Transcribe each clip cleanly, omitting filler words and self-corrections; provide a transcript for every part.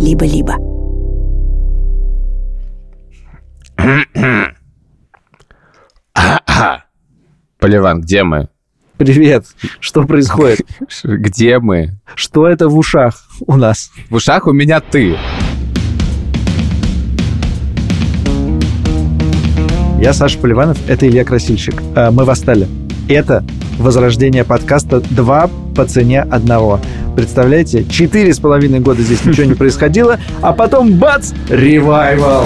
«Либо-либо». Поливан, где мы? Привет. Что происходит? Где мы? Что это в ушах у нас? В ушах у меня ты. Я Саша Поливанов, это Илья Красильщик. Мы восстали. Это возрождение подкаста «Два по цене одного». Представляете, 4,5 года здесь ничего не происходило, а потом бац! Ревайвал!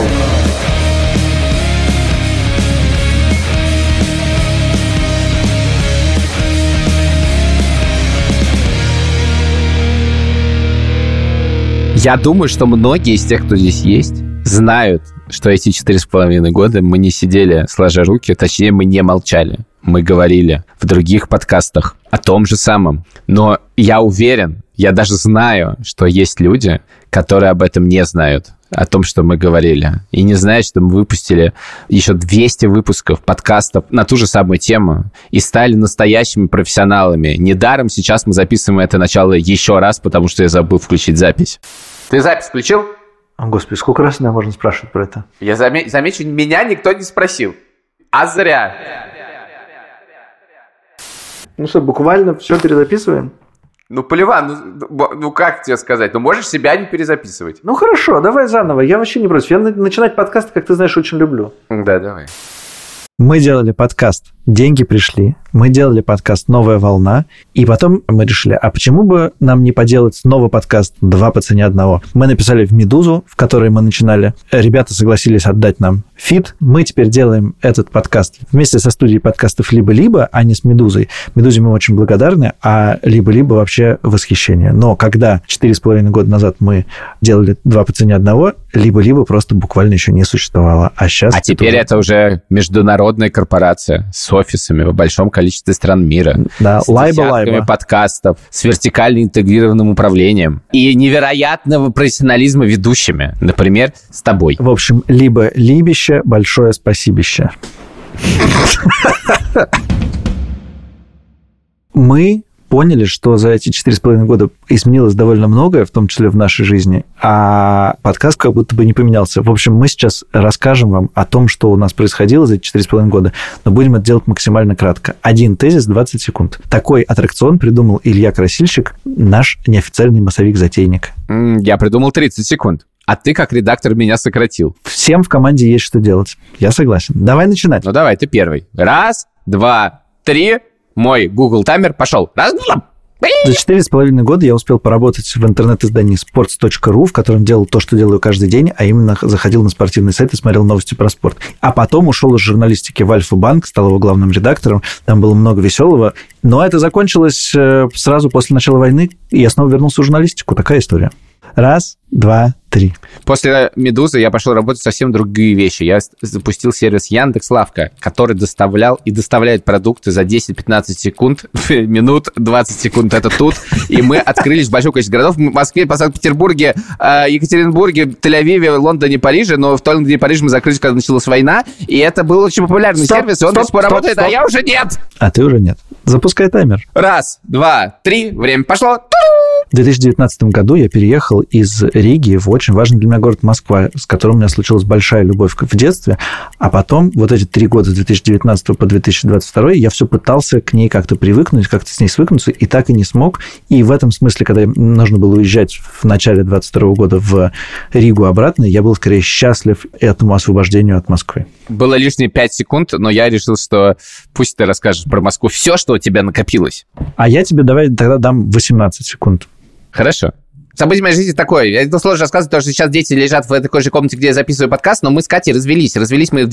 Я думаю, что многие из тех, кто здесь есть, знают, что эти 4,5 года мы не сидели сложа руки, точнее, мы не молчали. Мы говорили в других подкастах о том же самом. Но я уверен, я даже знаю, что есть люди, которые об этом не знают, о том, что мы говорили. И не знают, что мы выпустили еще 200 выпусков подкастов на ту же самую тему и стали настоящими профессионалами. Недаром сейчас мы записываем это начало еще раз, потому что я забыл включить запись. Ты запись включил? О, Господи, сколько раз меня можно спрашивать про это? Я замечу, меня никто не спросил. А зря. Ну что, буквально все перезаписываем? Ну, Поливан, ну как тебе сказать? Ну, можешь себя не перезаписывать. Ну, хорошо, давай заново. Я вообще не против. Я начинать подкасты, как ты знаешь, очень люблю. Да, давай. Мы делали подкаст «Деньги пришли», мы делали подкаст «Новая волна», и потом мы решили, а почему бы нам не поделать снова подкаст «Два по цене одного». Мы написали в «Медузу», в которой мы начинали. Ребята согласились отдать нам фид. Мы теперь делаем этот подкаст вместе со студией подкастов «Либо-либо», а не с «Медузой». «Медузе» мы очень благодарны, а «Либо-либо» вообще восхищение. Но когда 4,5 года назад мы делали «Два по цене одного», «Либо-либо» просто буквально еще не существовало. А сейчас... А теперь это уже международная корпорация с офисами в большом количестве стран мира. Да, с десятками подкастов, с вертикально интегрированным управлением и невероятного профессионализма ведущими. Например, с тобой. В общем, либо-либище, большое спасибище. Мы поняли, что за эти 4,5 года изменилось довольно многое, в том числе в нашей жизни, а подкаст как будто бы не поменялся. В общем, мы сейчас расскажем вам о том, что у нас происходило за эти 4,5 года, но будем это делать максимально кратко. Один тезис, 20 секунд. Такой аттракцион придумал Илья Красильщик, наш неофициальный массовик-затейник. Я придумал 30 секунд. А ты, как редактор, меня сократил. Всем в команде есть что делать. Я согласен. Давай начинать. Ну, давай, ты первый. 1, 2, 3... Мой Google таймер пошел. Раз, два. За 4,5 года я успел поработать в интернет-издании sports.ru, в котором делал то, что делаю каждый день, а именно заходил на спортивный сайт и смотрел новости про спорт. А потом ушел из журналистики в Альфа-банк, стал его главным редактором. Там было много веселого. Но это закончилось сразу после начала войны, и я снова вернулся в журналистику. Такая история. 1, 2, 3. После «Медузы» я пошел работать совсем другие вещи. Я запустил сервис Яндекс.Лавка, который доставлял и доставляет продукты за 10-15 секунд, минут, 20 секунд это тут. И мы открылись в большом количестве городов. В Москве, Санкт-Петербурге, Екатеринбурге, Тель-Авиве, Лондоне, Париже. Но в Лондоне и Париже мы закрылись, когда началась война. И это был очень популярный сервис, и он до сих пор работает, а я уже нет. А ты уже нет. Запускай таймер. 1, 2, 3, время пошло. В 2019 году я переехал из Риги в очень важный для меня город Москва, с которым у меня случилась большая любовь в детстве, а потом вот эти 3 года с 2019 по 2022 я все пытался к ней как-то привыкнуть, как-то с ней свыкнуться, и так и не смог. И в этом смысле, когда нужно было уезжать в начале 2022 года в Ригу обратно, я был скорее счастлив этому освобождению от Москвы. Было лишние 5 секунд, но я решил, что пусть ты расскажешь про Москву все, что у тебя накопилось. А я тебе давай тогда дам 18 секунд. Хорошо. Событие моей жизни такое. Это сложно рассказывать, потому что сейчас дети лежат в такой же комнате, где я записываю подкаст, но мы с Катей развелись. Развелись мы в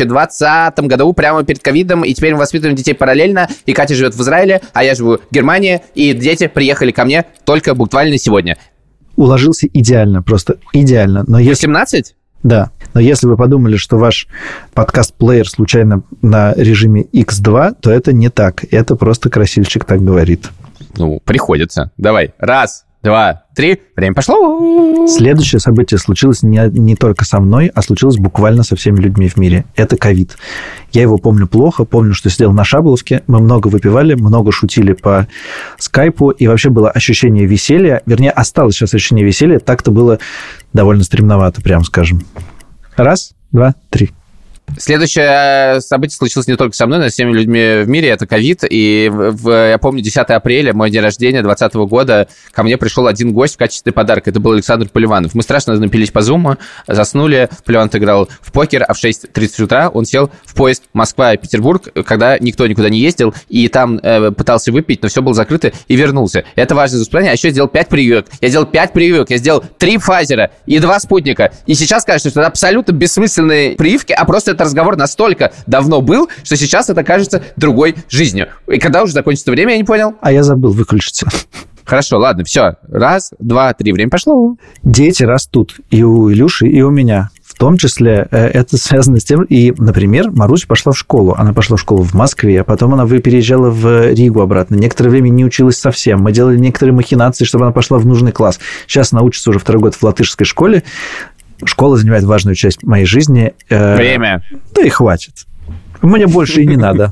2020 году, прямо перед ковидом, и теперь мы воспитываем детей параллельно, и Катя живет в Израиле, а я живу в Германии, и дети приехали ко мне только буквально сегодня. Уложился идеально, просто идеально. Но если... 18? Да, но если вы подумали, что ваш подкаст-плеер случайно на режиме X2, то это не так. Это просто Красильщик так говорит. Ну, приходится. Давай. 1, 2, 3. Время пошло. Следующее событие случилось не только со мной, а случилось буквально со всеми людьми в мире. Это ковид. Я его помню плохо. Помню, что сидел на Шаболовке. Мы много выпивали, много шутили по скайпу. И вообще было ощущение веселья. Вернее, осталось сейчас ощущение веселья. Так-то было довольно стремновато, прям скажем. 1, 2, 3. Следующее событие случилось не только со мной, но и со всеми людьми в мире. Это ковид. И я помню, 10 апреля, мой день рождения 2020 года, ко мне пришел один гость в качестве подарка. Это был Александр Поливанов. Мы страшно напились по зуму, заснули. Поливанов играл в покер, а в 6:30 утра он сел в поезд Москва-Петербург, когда никто никуда не ездил, и там пытался выпить, но все было закрыто, и вернулся. Это важное воспоминание. А еще я сделал 5 прививок. Я сделал 3 Pfizer и 2 спутника. И сейчас кажется, что это абсолютно бессмысленные прививки, а просто этот разговор настолько давно был, что сейчас это кажется другой жизнью. И когда уже закончится время, я не понял. А я забыл выключиться. Хорошо, ладно, все. 1, 2, 3, время пошло. Дети растут и у Илюши, и у меня. В том числе это связано с тем... И, например, Маруся пошла в школу. Она пошла в школу в Москве, а потом она переезжала в Ригу обратно. Некоторое время не училась совсем. Мы делали некоторые махинации, чтобы она пошла в нужный класс. Сейчас она учится уже 2-й год в латышской школе. Школа занимает важную часть моей жизни. Время. Да и хватит. Мне больше и не надо.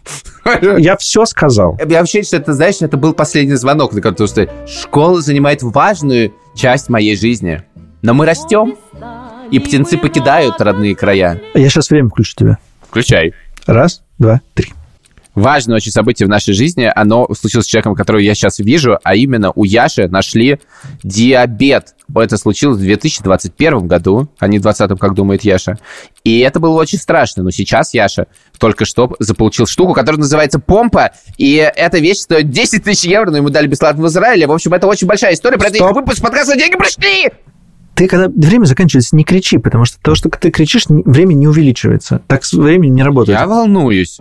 Я все сказал. Я вообще, что это, знаешь, это был последний звонок, на который стоит. Школа занимает важную часть моей жизни. Но мы растем, и птенцы покидают родные края. Я сейчас время включу тебе. Включай. 1, 2, 3. Важное очень событие в нашей жизни, оно случилось с человеком, которого я сейчас вижу, а именно у Яши нашли диабет. Это случилось в 2021 году, а не в 2020, как думает Яша. И это было очень страшно. Но сейчас Яша только что заполучил штуку, которая называется помпа, и эта вещь стоит 10 тысяч евро, но ему дали бесплатно в Израиле. В общем, это очень большая история. Про это выпуск подкаста «Деньги пришли!» Ты, когда время заканчивается, не кричи, потому что то, что ты кричишь, время не увеличивается. Так с временем не работает. Я волнуюсь.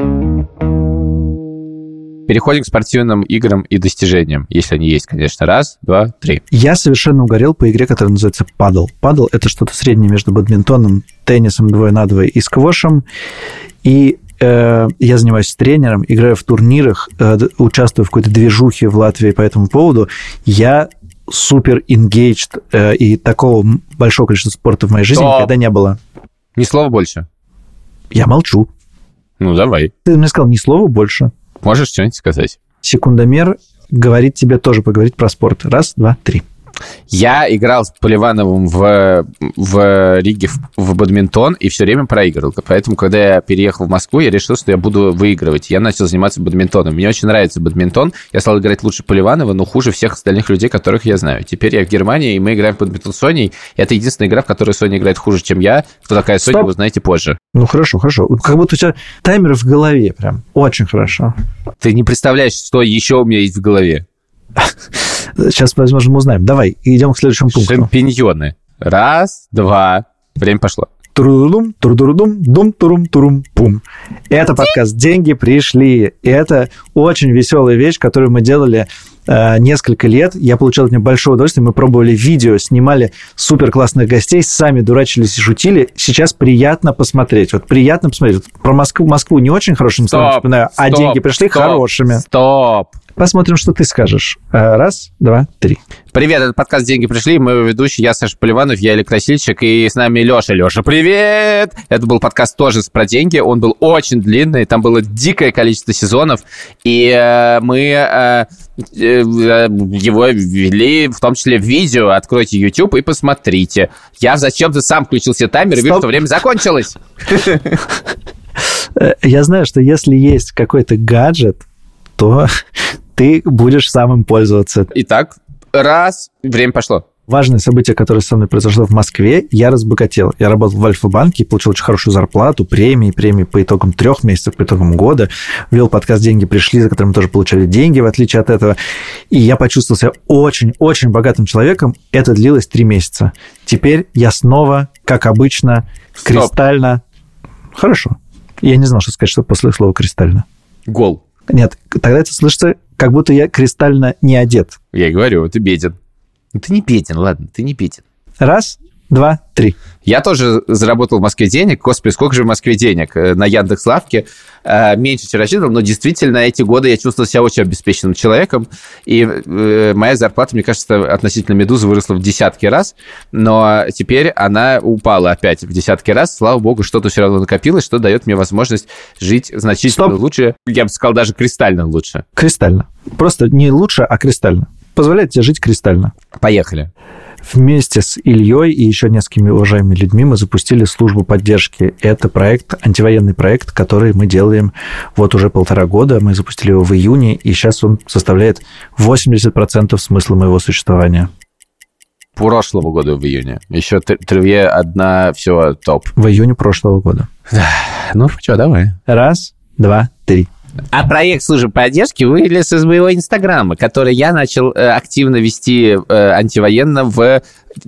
Переходим к спортивным играм и достижениям, если они есть, конечно. 1, 2, 3. Я совершенно угорел по игре, которая называется падл. Падл – это что-то среднее между бадминтоном, теннисом 2 на 2 и сквошем. И я занимаюсь тренером, играю в турнирах, участвую в какой-то движухе в Латвии по этому поводу. Я супер engaged, и такого большого количества спорта в моей жизни никогда не было. Ни слова больше. Я молчу. Ну, давай. Ты мне сказал ни слова больше. Можешь что-нибудь сказать? Секундомер говорит тебе тоже поговорить про спорт. 1, 2, 3. Я играл с Поливановым в Риге в бадминтон и все время проигрывал. Поэтому, когда я переехал в Москву, я решил, что я буду выигрывать. Я начал заниматься бадминтоном. Мне очень нравится бадминтон. Я стал играть лучше Поливанова, но хуже всех остальных людей, которых я знаю. Теперь я в Германии, и мы играем в бадминтон с Соней. И это единственная игра, в которой Соня играет хуже, чем я. Кто такая Соня, вы узнаете позже. Ну, хорошо. Как будто у тебя таймер в голове прям. Очень хорошо. Ты не представляешь, что еще у меня есть в голове. Сейчас, возможно, мы узнаем. Давай, идем к следующему пункту. Шампиньоны. 1, 2. Время пошло. Турудум, турудум, дум, турум, турум, пум. Это подкаст «Деньги пришли». И это очень веселая вещь, которую мы делали несколько лет. Я получил от нее большое удовольствие. Мы пробовали видео, снимали супер классных гостей, сами дурачились и шутили. Сейчас приятно посмотреть. Вот приятно посмотреть. Вот про Москву не очень хорошими словами вспоминаю, а деньги пришли хорошими. Стоп! Посмотрим, что ты скажешь. 1, 2, 3. Привет, это подкаст «Деньги пришли». Мы ведущий, я Саша Поливанов, я электросильщик, и с нами Леша. Леша, привет! Это был подкаст тоже про деньги. Он был очень длинный, там было дикое количество сезонов, и мы его ввели, в том числе в видео. Откройте YouTube и посмотрите. Я зачем-то сам включил себе таймер и вижу, что время закончилось. Я знаю, что если есть какой-то гаджет, то ты будешь самым пользоваться. Итак, время пошло. Важное событие, которое со мной произошло в Москве, я разбогател. Я работал в Альфа-банке, получил очень хорошую зарплату, премии по итогам 3 месяцев, по итогам года. Вел подкаст «Деньги пришли», за который мы тоже получали деньги, в отличие от этого. И я почувствовал себя очень-очень богатым человеком. Это длилось 3 месяца. Теперь я снова, как обычно, кристально... Хорошо. Я не знал, что сказать, что после слова «кристально». Гол. Нет, тогда это слышится, как будто я кристально не одет. Я и говорю, ты беден. Ну, ты не беден, ладно, ты не беден. 1, 2, 3. Я тоже заработал в Москве денег. Господи, сколько же в Москве денег на Яндекс.Лавке. Меньше, чем рассчитывал, но действительно эти годы я чувствовал себя очень обеспеченным человеком. И моя зарплата, мне кажется, относительно «Медузы» выросла в десятки раз. Но теперь она упала опять в десятки раз. Слава богу, что-то все равно накопилось, что дает мне возможность жить значительно лучше. Я бы сказал, даже кристально лучше. Кристально. Просто не лучше, а кристально. Позволяет тебе жить кристально. Поехали. Вместе с Ильей и еще несколькими уважаемыми людьми мы запустили службу поддержки. Это проект, антивоенный проект, который мы делаем вот уже 1,5 года. Мы запустили его в июне, и сейчас он составляет 80% смысла моего существования. Прошлого года в июне. Еще 3, 1, все, топ. В июне прошлого года. Ну, что, давай. 1, 2, 3. А проект службы поддержки вылез из моего Инстаграма, который я начал активно вести антивоенно в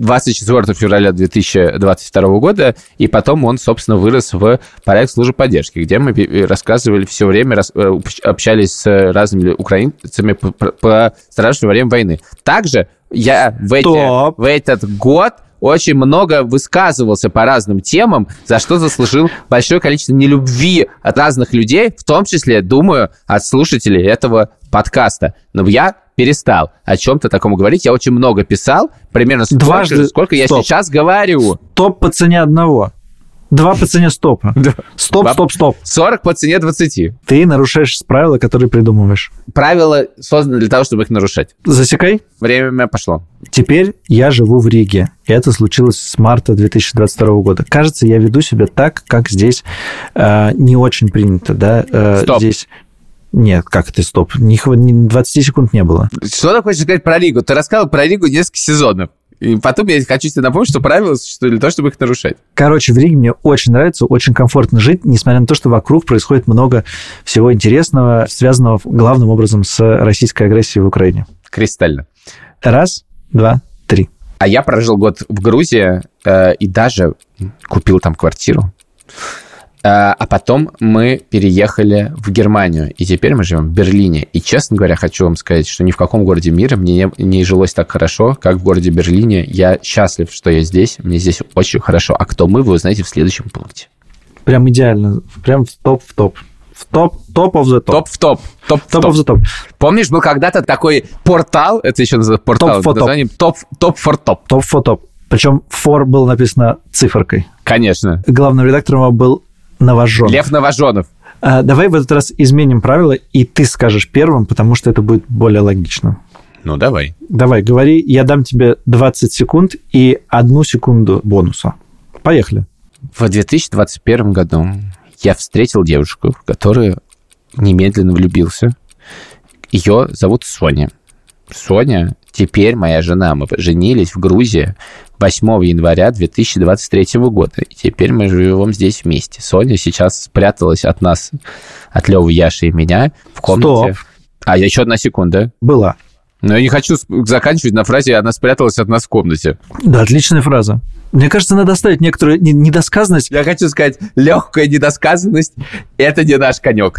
24 февраля 2022 года, и потом он, собственно, вырос в проект службы поддержки, где мы рассказывали все время, общались с разными украинцами, пострадавшими во время войны. Также я в этот год очень много высказывался по разным темам, за что заслужил большое количество нелюбви от разных людей, в том числе, думаю, от слушателей этого подкаста. Но я перестал о чем-то таком говорить. Я очень много писал, примерно сколько я сейчас говорю. Стоп по цене одного. 2 по цене стопа. Стоп. 40 по цене 20. Ты нарушаешь правила, которые придумываешь. Правила созданы для того, чтобы их нарушать. Засекай. Время пошло. Теперь я живу в Риге. И это случилось с марта 2022 года. Кажется, я веду себя так, как здесь не очень принято. Да? Стоп. Здесь... Нет, как это стоп? 20 секунд не было. Что ты хочешь сказать про Ригу? Ты рассказал про Ригу несколько сезонов. И потом я хочу тебе напомнить, что правила существуют для того, чтобы их нарушать. Короче, в Риге мне очень нравится, очень комфортно жить, несмотря на то, что вокруг происходит много всего интересного, связанного главным образом с российской агрессией в Украине. Кристально. 1, 2, 3. А я прожил год в Грузии и даже купил там квартиру. А потом мы переехали в Германию, и теперь мы живем в Берлине. И, честно говоря, хочу вам сказать, что ни в каком городе мира мне не жилось так хорошо, как в городе Берлине. Я счастлив, что я здесь, мне здесь очень хорошо. А кто мы, вы узнаете в следующем пункте. Прям идеально, прям в топ. В топ of the top. Топ of the top. Помнишь, был когда-то такой портал, это еще называется портал, под названием Top for Top. Top for Top. Причем for было написано циферкой. Конечно. Главным редактором был Новожонов. Лев Новожонов. Давай в этот раз изменим правила, и ты скажешь первым, потому что это будет более логично. Ну, давай. Давай, говори. Я дам тебе 20 секунд и 1 секунду бонуса. Поехали. В 2021 году я встретил девушку, в которую немедленно влюбился. Ее зовут Соня. Соня теперь моя жена. Мы женились в Грузии 8 января 2023 года. И теперь мы живем здесь вместе. Соня сейчас спряталась от нас, от Лёвы, Яши и меня в комнате. Стоп. А, еще 1 секунда. Была. Но я не хочу заканчивать на фразе «она спряталась от нас в комнате». Да, отличная фраза. Мне кажется, надо оставить некоторую недосказанность. Я хочу сказать, легкая недосказанность – это не наш конек.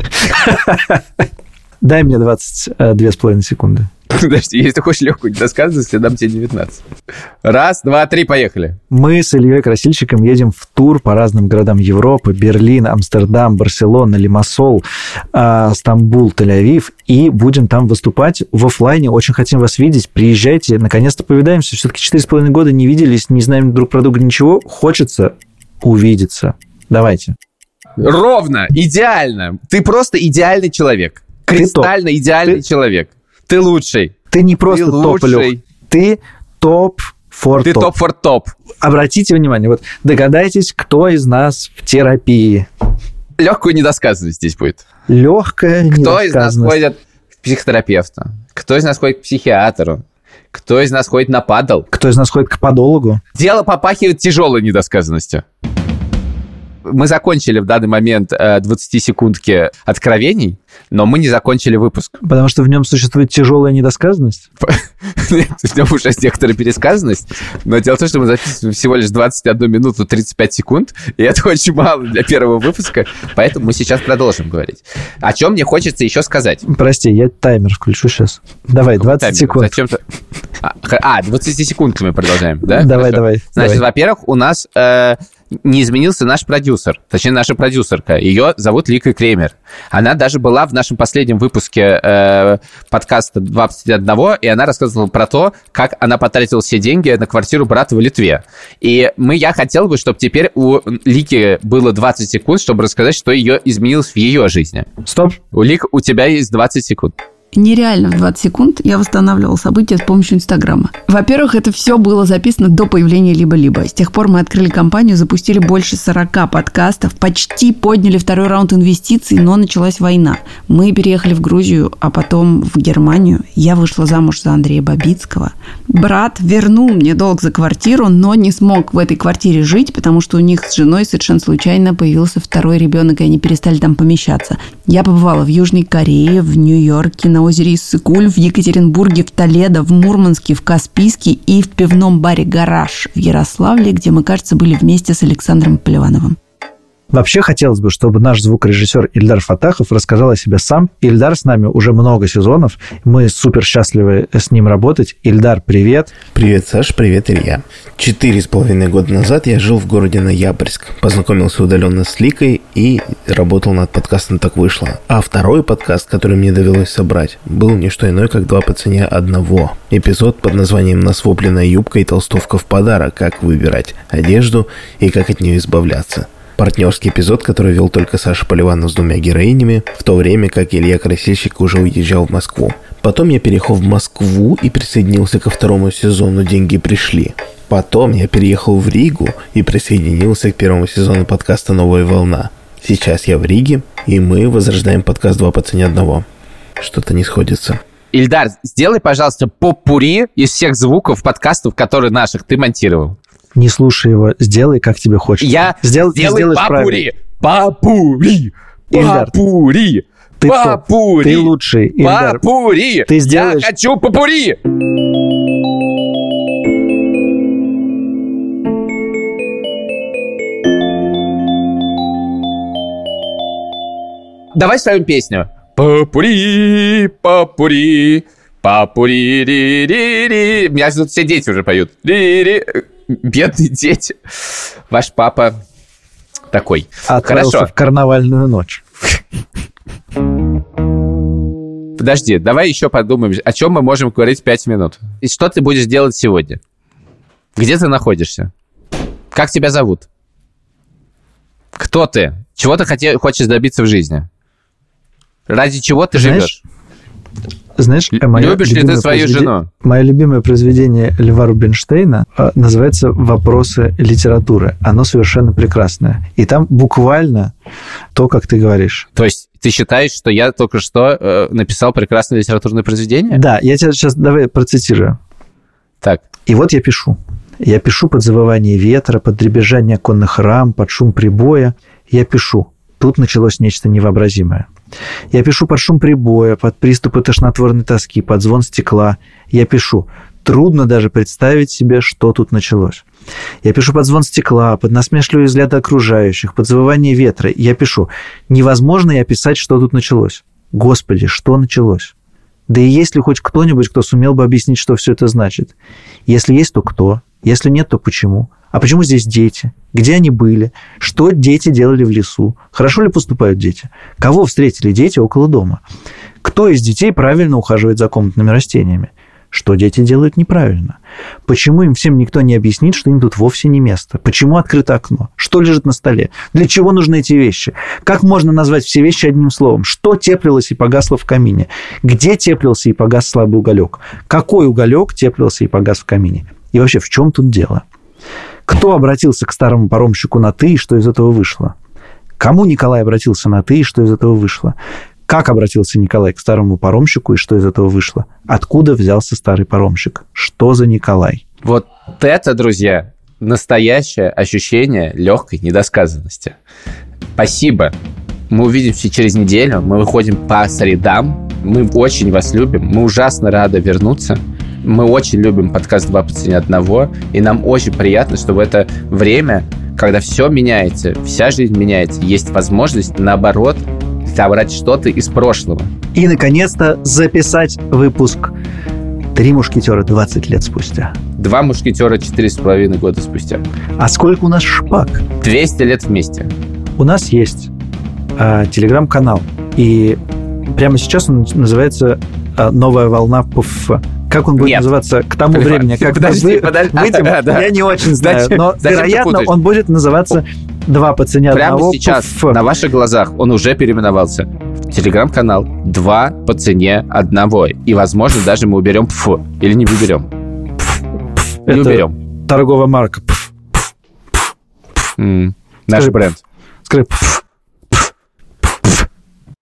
Дай мне 22,5 секунды. Подожди, если ты хочешь легкую недосказанность, я дам тебе 19. 1, 2, 3, поехали. Мы с Ильей Красильщиком едем в тур по разным городам Европы. Берлин, Амстердам, Барселона, Лимассол, Стамбул, Тель-Авив. И будем там выступать в офлайне. Очень хотим вас видеть. Приезжайте, наконец-то повидаемся. Все-таки 4,5 года не виделись, не знаем друг про друга ничего. Хочется увидеться. Давайте. Ровно, идеально. Ты просто идеальный человек. Кристально идеальный человек. Ты лучший. Ты не просто топ, Лёх. Ты топ for топ. Ты топ for топ. Обратите внимание, вот догадайтесь, кто из нас в терапии. Легкую недосказанность здесь будет. Легкая недосказанность. Кто из нас ходит к психотерапевту? Кто из нас ходит к психиатру? Кто из нас ходит на падл? Кто из нас ходит к подологу? Дело попахивает тяжелой недосказанностью. Мы закончили в данный момент 20-секундки откровений, но мы не закончили выпуск. Потому что в нем существует тяжелая недосказанность? В нем уже некоторая пересказанность, но дело в том, что мы записываем всего лишь 21 минуту 35 секунд, и это очень мало для первого выпуска, поэтому мы сейчас продолжим говорить. О чем мне хочется еще сказать? Прости, я таймер включу сейчас. Давай, 20 секунд. Зачем-то... 20 секундами продолжаем, да? Давай. Значит, во-первых, у нас не изменился наш продюсер, точнее, наша продюсерка. Ее зовут Лика Кремер. Она даже была в нашем последнем выпуске подкаста «21», и она рассказывала про то, как она потратила все деньги на квартиру брата в Литве. И я хотел бы, чтобы теперь у Лики было 20 секунд, чтобы рассказать, что ее изменилось в ее жизни. Стоп. Лик, у тебя есть 20 секунд. Нереально в 20 секунд я восстанавливала события с помощью Инстаграма. Во-первых, это все было записано до появления «Либо-либо». С тех пор мы открыли компанию, запустили больше 40 подкастов, почти подняли второй раунд инвестиций, но началась война. Мы переехали в Грузию, а потом в Германию. Я вышла замуж за Андрея Бабицкого. Брат вернул мне долг за квартиру, но не смог в этой квартире жить, потому что у них с женой совершенно случайно появился второй ребенок, и они перестали там помещаться. Я побывала в Южной Корее, в Нью-Йорке, на озере Иссык-Куль, в Екатеринбурге, в Толедо, в Мурманске, в Каспийске и в пивном баре «Гараж» в Ярославле, где мы, кажется, были вместе с Александром Поливановым. Вообще хотелось бы, чтобы наш звукорежиссер Ильдар Фатахов рассказал о себе сам. Ильдар с нами уже много сезонов. Мы супер счастливы с ним работать. Ильдар, привет. Привет, Саш, привет, Илья. 4,5 года назад я жил в городе Ноябрьск. Познакомился удаленно с Ликой и работал над подкастом «Так вышло». А второй подкаст, который мне довелось собрать, был не что иное, как «Два по цене одного». Эпизод под названием «Насвопленная юбка и толстовка в подарок. Как выбирать одежду и как от нее избавляться». Партнерский эпизод, который вел только Саша Поливанов с 2 героинями, в то время как Илья Красильщик уже уезжал в Москву. Потом я переехал в Москву и присоединился ко 2 сезону «Деньги пришли». Потом я переехал в Ригу и присоединился к 1 сезону подкаста «Новая волна». Сейчас я в Риге, и мы возрождаем подкаст «Два по цене одного». Что-то не сходится. Ильдар, сделай, пожалуйста, поп-пури из всех звуков подкастов, которые наших ты монтировал. Не слушай его, сделай, как тебе хочется. Сделай папури. Папури. Ильдар, папури. Ты папури. Ты лучший, Ильдар. Папури. Ты сделаешь... Я хочу папури. Давай споем песню. Папури, папури, папури-ри-ри-ри. Меня тут все дети уже поют. Ри-ри. Бедные дети. Ваш папа такой. Отправился Хорошо. В карнавальную ночь. Подожди, давай еще подумаем, о чем мы можем говорить 5 минут. И что ты будешь делать сегодня? Где ты находишься? Как тебя зовут? Кто ты? Чего ты хочешь добиться в жизни? Ради чего ты живешь? Знаешь, любишь ли ты свою жену? Мое любимое произведение Льва Рубинштейна называется «Вопросы литературы». Оно совершенно прекрасное. И там буквально то, как ты говоришь. То есть ты считаешь, что я только что написал прекрасное литературное произведение? Да, я тебя сейчас давай процитирую. Так. И вот я пишу. Я пишу под завывание ветра, под дребезжание конных рам, под шум прибоя. Я пишу. Тут началось нечто невообразимое. Я пишу под шум прибоя, под приступы тошнотворной тоски, под звон стекла. Я пишу. Трудно даже представить себе, что тут началось. Я пишу под звон стекла, под насмешливые взгляды окружающих, под завывание ветра. Я пишу. Невозможно и описать, что тут началось. Господи, что началось? Да и есть ли хоть кто-нибудь, кто сумел бы объяснить, что все это значит? Если есть, то кто? Если нет, то почему? А почему здесь дети? Где они были? Что дети делали в лесу? Хорошо ли поступают дети? Кого встретили дети около дома? Кто из детей правильно ухаживает за комнатными растениями? Что дети делают неправильно? Почему им всем никто не объяснит, что им тут вовсе не место? Почему открыто окно? Что лежит на столе? Для чего нужны эти вещи? Как можно назвать все вещи одним словом? Что теплилось и погасло в камине? Где теплился и погас слабый уголек? Какой уголек теплился и погас в камине? И вообще, в чем тут дело? Кто обратился к старому паромщику на «ты» и что из этого вышло? Кому Николай обратился на «ты» и что из этого вышло? Как обратился Николай к старому паромщику и что из этого вышло? Откуда взялся старый паромщик? Что за Николай? Вот это, друзья, настоящее ощущение легкой недосказанности. Спасибо. Мы увидимся через неделю. Мы выходим по средам. Мы очень вас любим. Мы ужасно рады вернуться. Мы очень любим подкаст «Два по цене одного», и нам очень приятно, что в это время, когда все меняется, вся жизнь меняется, есть возможность, наоборот, собрать что-то из прошлого. И, наконец-то, записать выпуск 3 мушкетера 20 лет спустя. 2 мушкетера 4,5 года спустя. А сколько у нас шпаг? 200 лет вместе. У нас есть телеграм-канал. И прямо сейчас он называется «Новая волна ПФ». Как он будет называться к тому времени, как мы выйдем, я не очень знаю. Но, вероятно, он будет называться «Два по цене одного». Прямо сейчас, на ваших глазах, он уже переименовался в телеграм-канал «Два по цене одного». И, возможно, даже мы уберем «пф». Или не уберем. Не уберем. Торговая марка. Наш бренд. Скажи «пф».